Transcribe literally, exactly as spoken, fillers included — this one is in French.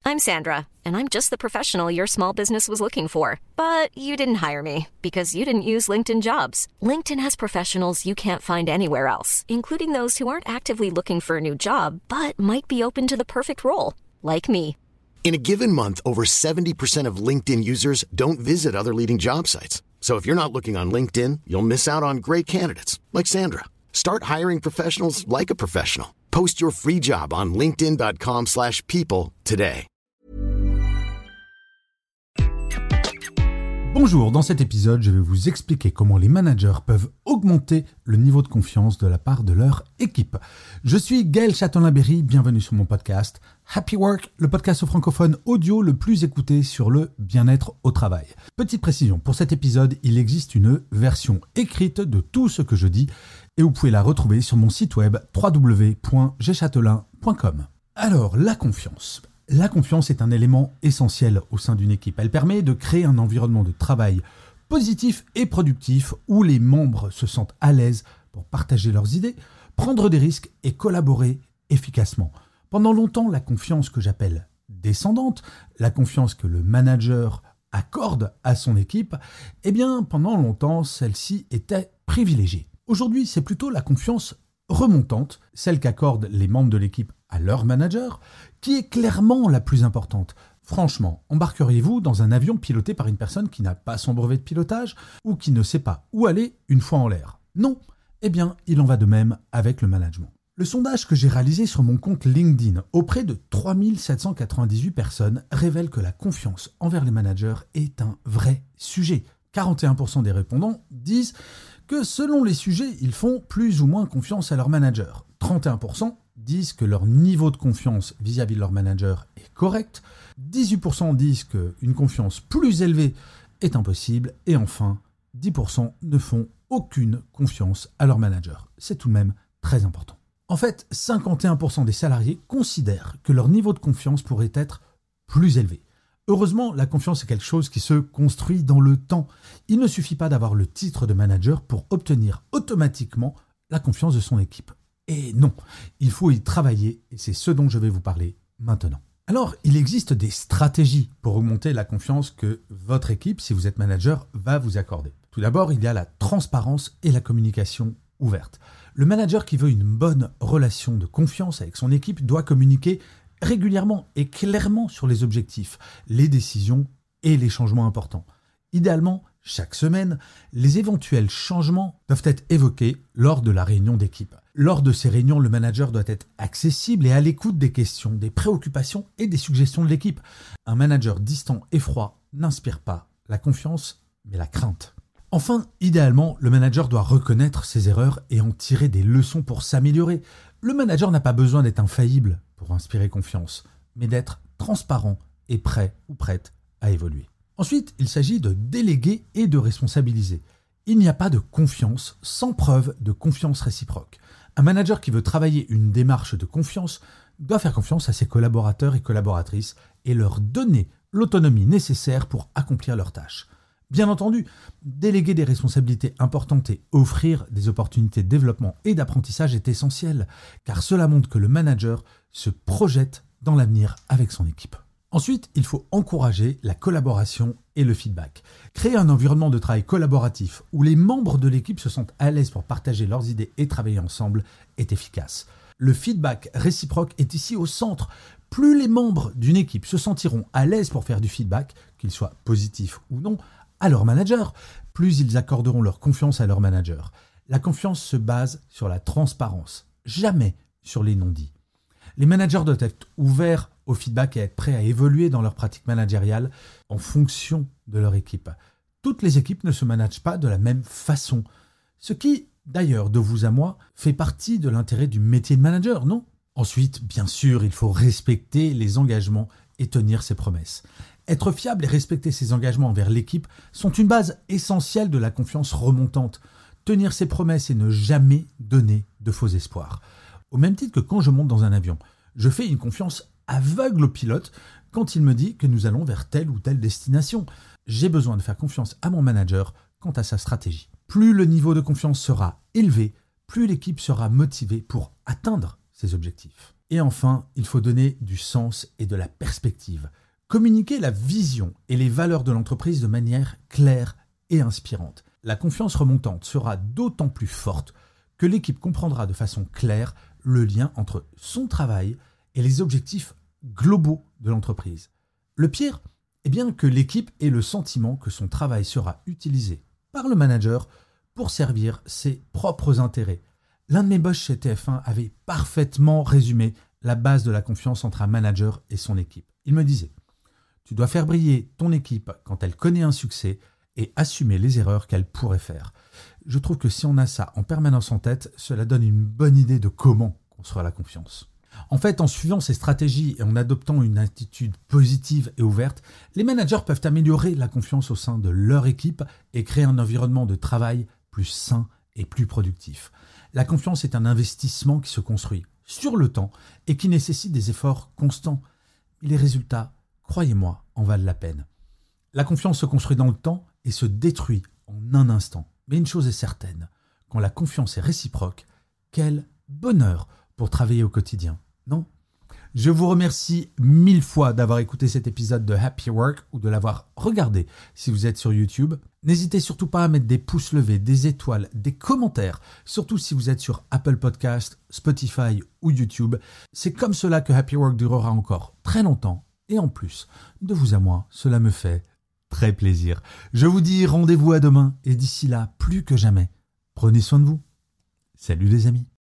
I'm Sandra, and I'm just the professional your small business was looking for. But you didn't hire me because you didn't use LinkedIn Jobs. LinkedIn has professionals you can't find anywhere else, including those who aren't actively looking for a new job, but might be open to the perfect role, like me. In a given month, over seventy percent of LinkedIn users don't visit other leading job sites. So if you're not looking on LinkedIn, you'll miss out on great candidates like Sandra. Start hiring professionals like a professional. Post your free job on linkedin.com slash people today. Bonjour, dans cet épisode, je vais vous expliquer comment les managers peuvent augmenter le niveau de confiance de la part de leur équipe. Je suis Gaël Châtelain-Berry, bienvenue sur mon podcast Happy Work, le podcast francophone audio le plus écouté sur le bien-être au travail. Petite précision, pour cet épisode, il existe une version écrite de tout ce que je dis et vous pouvez la retrouver sur mon site web w w w point g châtelain point com. Alors, la confiance. La confiance est un élément essentiel au sein d'une équipe. Elle permet de créer un environnement de travail positif et productif où les membres se sentent à l'aise pour partager leurs idées, prendre des risques et collaborer efficacement. Pendant longtemps, la confiance que j'appelle descendante, la confiance que le manager accorde à son équipe, eh bien, pendant longtemps, celle-ci était privilégiée. Aujourd'hui, c'est plutôt la confiance remontante, celle qu'accordent les membres de l'équipe à leur manager, qui est clairement la plus importante. Franchement, embarqueriez-vous dans un avion piloté par une personne qui n'a pas son brevet de pilotage ou qui ne sait pas où aller une fois en l'air? Non. Eh bien, il en va de même avec le management. Le sondage que j'ai réalisé sur mon compte LinkedIn auprès de trois mille sept cent quatre-vingt-dix-huit personnes révèle que la confiance envers les managers est un vrai sujet. quarante et un pour cent des répondants disent que selon les sujets, ils font plus ou moins confiance à leur manager. trente et un pour cent disent que leur niveau de confiance vis-à-vis de leur manager est correct. dix-huit pour cent disent qu'une confiance plus élevée est impossible. Et enfin, dix pour cent ne font aucune confiance à leur manager. C'est tout de même très important. En fait, cinquante et un pour cent des salariés considèrent que leur niveau de confiance pourrait être plus élevé. Heureusement, la confiance est quelque chose qui se construit dans le temps. Il ne suffit pas d'avoir le titre de manager pour obtenir automatiquement la confiance de son équipe. Et non, il faut y travailler et c'est ce dont je vais vous parler maintenant. Alors, il existe des stratégies pour augmenter la confiance que votre équipe, si vous êtes manager, va vous accorder. Tout d'abord, il y a la transparence et la communication ouverte. Le manager qui veut une bonne relation de confiance avec son équipe doit communiquer régulièrement et clairement sur les objectifs, les décisions et les changements importants. Idéalement, chaque semaine, les éventuels changements doivent être évoqués lors de la réunion d'équipe. Lors de ces réunions, le manager doit être accessible et à l'écoute des questions, des préoccupations et des suggestions de l'équipe. Un manager distant et froid n'inspire pas la confiance, mais la crainte. Enfin, idéalement, le manager doit reconnaître ses erreurs et en tirer des leçons pour s'améliorer. Le manager n'a pas besoin d'être infaillible pour inspirer confiance, mais d'être transparent et prêt ou prête à évoluer. Ensuite, il s'agit de déléguer et de responsabiliser. Il n'y a pas de confiance sans preuve de confiance réciproque. Un manager qui veut travailler une démarche de confiance doit faire confiance à ses collaborateurs et collaboratrices et leur donner l'autonomie nécessaire pour accomplir leurs tâches. Bien entendu, déléguer des responsabilités importantes et offrir des opportunités de développement et d'apprentissage est essentiel, car cela montre que le manager se projette dans l'avenir avec son équipe. Ensuite, il faut encourager la collaboration et le feedback. Créer un environnement de travail collaboratif où les membres de l'équipe se sentent à l'aise pour partager leurs idées et travailler ensemble est efficace. Le feedback réciproque est ici au centre. Plus les membres d'une équipe se sentiront à l'aise pour faire du feedback, qu'il soit positif ou non, à leur manager, plus ils accorderont leur confiance à leur manager. La confiance se base sur la transparence, jamais sur les non-dits. Les managers doivent être ouverts au feedback et être prêts à évoluer dans leur pratique managériale en fonction de leur équipe. Toutes les équipes ne se managent pas de la même façon, ce qui, d'ailleurs, de vous à moi, fait partie de l'intérêt du métier de manager, non? Ensuite, bien sûr, il faut respecter les engagements et tenir ses promesses. Être fiable et respecter ses engagements envers l'équipe sont une base essentielle de la confiance remontante. Tenir ses promesses et ne jamais donner de faux espoirs. Au même titre que quand je monte dans un avion, je fais une confiance aveugle au pilote quand il me dit que nous allons vers telle ou telle destination. J'ai besoin de faire confiance à mon manager quant à sa stratégie. Plus le niveau de confiance sera élevé, plus l'équipe sera motivée pour atteindre ses objectifs. Et enfin, il faut donner du sens et de la perspective. Communiquer la vision et les valeurs de l'entreprise de manière claire et inspirante. La confiance remontante sera d'autant plus forte que l'équipe comprendra de façon claire le lien entre son travail et les objectifs globaux de l'entreprise. Le pire est bien que l'équipe ait le sentiment que son travail sera utilisé par le manager pour servir ses propres intérêts. L'un de mes boss chez T F un avait parfaitement résumé la base de la confiance entre un manager et son équipe. Il me disait « Tu dois faire briller ton équipe quand elle connaît un succès et assumer les erreurs qu'elle pourrait faire. » Je trouve que si on a ça en permanence en tête, cela donne une bonne idée de comment construire la confiance. En fait, en suivant ces stratégies et en adoptant une attitude positive et ouverte, les managers peuvent améliorer la confiance au sein de leur équipe et créer un environnement de travail plus sain et plus productif. La confiance est un investissement qui se construit sur le temps et qui nécessite des efforts constants. Et les résultats, croyez-moi, en valent la peine. La confiance se construit dans le temps et se détruit en un instant. Mais une chose est certaine, quand la confiance est réciproque, quel bonheur pour travailler au quotidien, non ? Je vous remercie mille fois d'avoir écouté cet épisode de Happy Work ou de l'avoir regardé si vous êtes sur YouTube. N'hésitez surtout pas à mettre des pouces levés, des étoiles, des commentaires, surtout si vous êtes sur Apple Podcasts, Spotify ou YouTube. C'est comme cela que Happy Work durera encore très longtemps. Et en plus, de vous à moi, cela me fait très plaisir. Je vous dis rendez-vous à demain et d'ici là, plus que jamais, prenez soin de vous. Salut les amis.